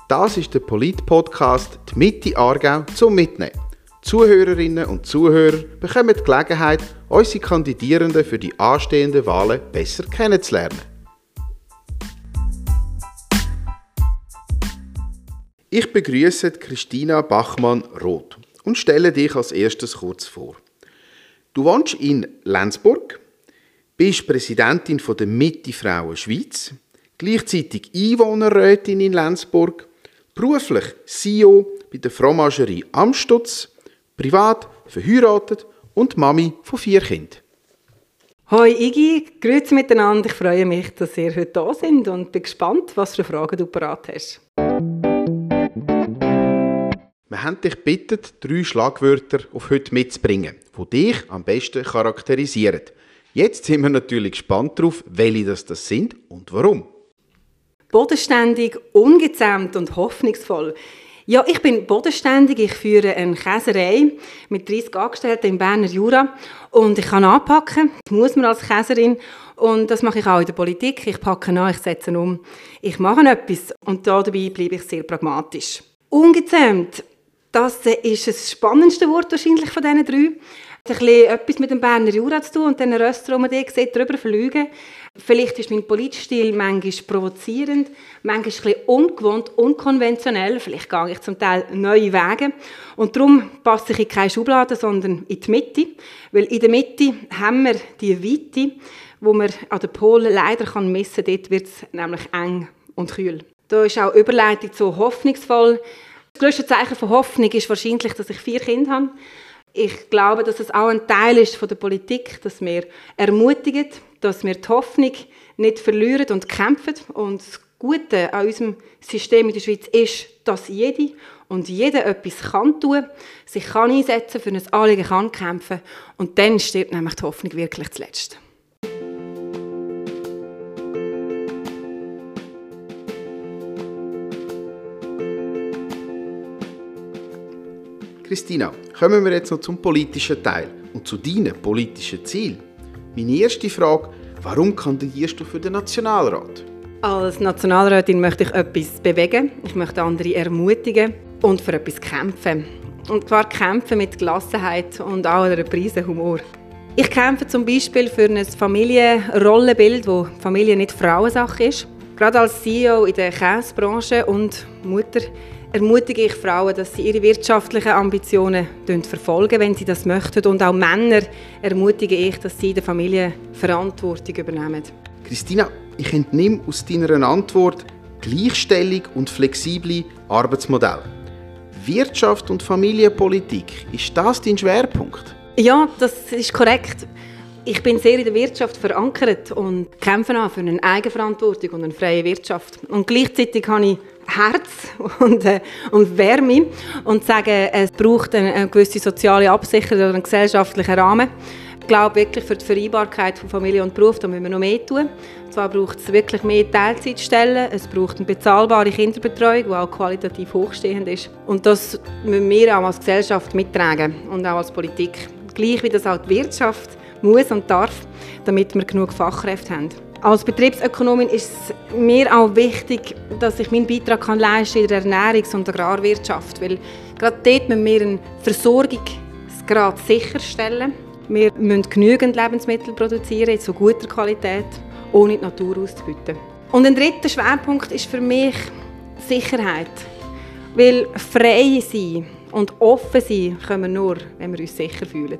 Das ist der Polit-Podcast «Die Mitte Aargau zum Mitnehmen». Zuhörerinnen und Zuhörer bekommen die Gelegenheit, unsere Kandidierenden für die anstehenden Wahlen besser kennenzulernen. Ich begrüße Christina Bachmann-Roth und stelle dich als erstes kurz vor. Du wohnst in Lenzburg, bist Präsidentin der Mitte Frauen Schweiz, gleichzeitig Einwohnerrätin in Lenzburg, beruflich CEO bei der Fromagerie Amstutz, privat verheiratet und Mami von 4 Kindern. Hoi Iggy, grüezi miteinander. Ich freue mich, dass ihr heute da sind und bin gespannt, was für Fragen du parat hast. Wir haben dich gebeten, 3 Schlagwörter auf heute mitzubringen, die dich am besten charakterisieren. Jetzt sind wir natürlich gespannt darauf, welche das sind und warum. Bodenständig, ungezähmt und hoffnungsvoll. Ja, ich bin bodenständig. Ich führe eine Käserei mit 30 Angestellten im Berner Jura und ich kann anpacken. Das muss man als Käserin und das mache ich auch in der Politik. Ich packe an, ich setze um, ich mache etwas und dabei bleibe ich sehr pragmatisch. Ungezähmt, das ist das spannendste Wort wahrscheinlich von diesen 3. Es hat etwas mit dem Berner Jura zu tun und den Röstern, die man sieht, darüber verlügen. Vielleicht ist mein Politstil manchmal provozierend, manchmal ein bisschen ungewohnt, unkonventionell. Vielleicht gehe ich zum Teil neue Wege. Und darum passe ich in keine Schublade, sondern in die Mitte. Weil in der Mitte haben wir die Weite, wo man an den Polen leider messen kann. Dort wird es nämlich eng und kühl. Da ist auch Überleitung zu hoffnungsvoll. Das grösste Zeichen von Hoffnung ist wahrscheinlich, dass ich 4 Kinder habe. Ich glaube, dass es auch ein Teil ist von der Politik, dass wir ermutigen, dass wir die Hoffnung nicht verlieren und kämpfen. Und das Gute an unserem System in der Schweiz ist, dass jede und jeder etwas kann tun, sich kann einsetzen, für ein Anliegen kann kämpfen. Und dann stirbt nämlich die Hoffnung wirklich zuletzt. Christina, kommen wir jetzt noch zum politischen Teil und zu deinen politischen Zielen. Meine erste Frage, warum kandidierst du für den Nationalrat? Als Nationalrätin möchte ich etwas bewegen, ich möchte andere ermutigen und für etwas kämpfen. Und zwar kämpfen mit Gelassenheit und auch einer Prise Humor. Ich kämpfe zum Beispiel für ein Familienrollenbild, wo Familie nicht Frauensache ist. Gerade als CEO in der Käsebranche und Mutter ermutige ich Frauen, dass sie ihre wirtschaftlichen Ambitionen verfolgen, wenn sie das möchten. Und auch Männer ermutige ich, dass sie in der Familie Verantwortung übernehmen. Christina, ich entnehme aus deiner Antwort Gleichstellung und flexible Arbeitsmodelle. Wirtschaft und Familienpolitik, ist das dein Schwerpunkt? Ja, das ist korrekt. Ich bin sehr in der Wirtschaft verankert und kämpfe für eine Eigenverantwortung und eine freie Wirtschaft. Und gleichzeitig habe ich Herz und Wärme und sage, es braucht eine gewisse soziale Absicherung oder einen gesellschaftlichen Rahmen. Ich glaube wirklich, für die Vereinbarkeit von Familie und Beruf da müssen wir noch mehr tun. Und zwar braucht es wirklich mehr Teilzeitstellen, es braucht eine bezahlbare Kinderbetreuung, die auch qualitativ hochstehend ist. Und das müssen wir auch als Gesellschaft mittragen und auch als Politik. Gleich wie das auch die Wirtschaft muss und darf, damit wir genug Fachkräfte haben. Als Betriebsökonomin ist es mir auch wichtig, dass ich meinen Beitrag leisten kann in der Ernährungs- und Agrarwirtschaft. Weil gerade dort müssen wir einen Versorgungsgrad sicherstellen. Wir müssen genügend Lebensmittel produzieren, in so guter Qualität, ohne die Natur auszubeuten. Und ein dritter Schwerpunkt ist für mich Sicherheit. Weil frei sein und offen sein können wir nur, wenn wir uns sicher fühlen.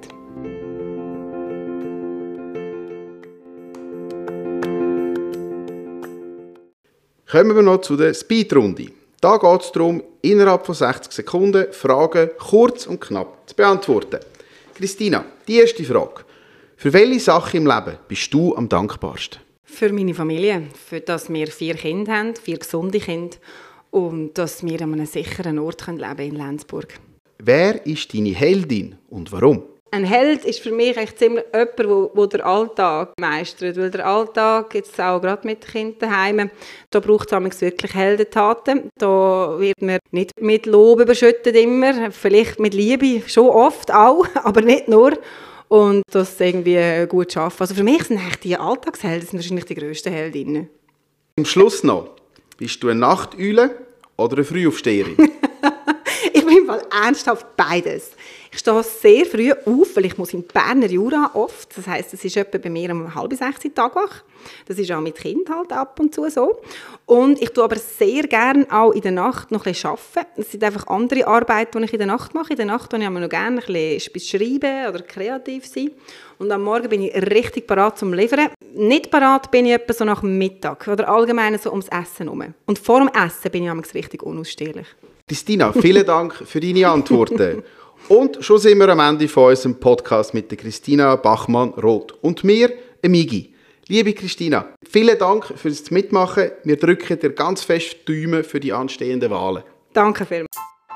Kommen wir noch zu der Speedrunde. Da geht es darum, innerhalb von 60 Sekunden Fragen kurz und knapp zu beantworten. Christina, die erste Frage. Für welche Sache im Leben bist du am dankbarsten? Für meine Familie, für dass wir 4 Kinder haben, 4 gesunde Kinder und dass wir an einem sicheren Ort leben können in Lenzburg. Wer ist deine Heldin und warum? Ein Held ist für mich eigentlich ziemlich jemand, der den Alltag meistert. Weil der Alltag, jetzt auch gerade mit Kindern daheim, da braucht es wirklich Heldentaten. Da wird man nicht mit Lob überschüttet immer, vielleicht mit Liebe schon oft auch, aber nicht nur. Und das irgendwie gut schaffen. Also für mich sind eigentlich die Alltagshelden sind wahrscheinlich die grössten Heldinnen. Zum Schluss noch, bist du eine Nachteule oder eine Frühaufsteherin? Ich bin im Fall ernsthaft beides. Ich stehe sehr früh auf, weil ich muss im Berner Jura oft. Das heisst, es ist etwa bei mir um 5:30 Tag wach. Das ist auch mit Kind halt ab und zu so. Und ich tue aber sehr gerne auch in der Nacht noch ein bisschen arbeiten. Es sind einfach andere Arbeiten, die ich in der Nacht mache. In der Nacht tue ich noch gerne ein bisschen schreiben oder kreativ sein. Und am Morgen bin ich richtig parat zum Liefern. Nicht parat bin ich etwa so nach dem Mittag oder allgemein so ums Essen herum. Und vor dem Essen bin ich manchmal richtig unausstehlich. Christina, vielen Dank für deine Antworten. Und schon sind wir am Ende von unserem Podcast mit der Christina Bachmann-Roth und mir, Migi. Liebe Christina, vielen Dank fürs Mitmachen. Wir drücken dir ganz fest die Daumen für die anstehenden Wahlen. Danke vielmals.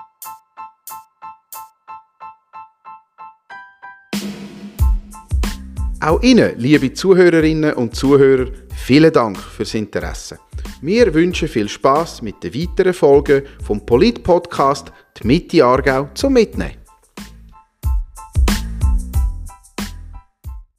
Auch Ihnen, liebe Zuhörerinnen und Zuhörer, vielen Dank fürs Interesse. Wir wünschen viel Spass mit den weiteren Folgen vom Polit-Podcast «Die Mitte Aargau» zum Mitnehmen.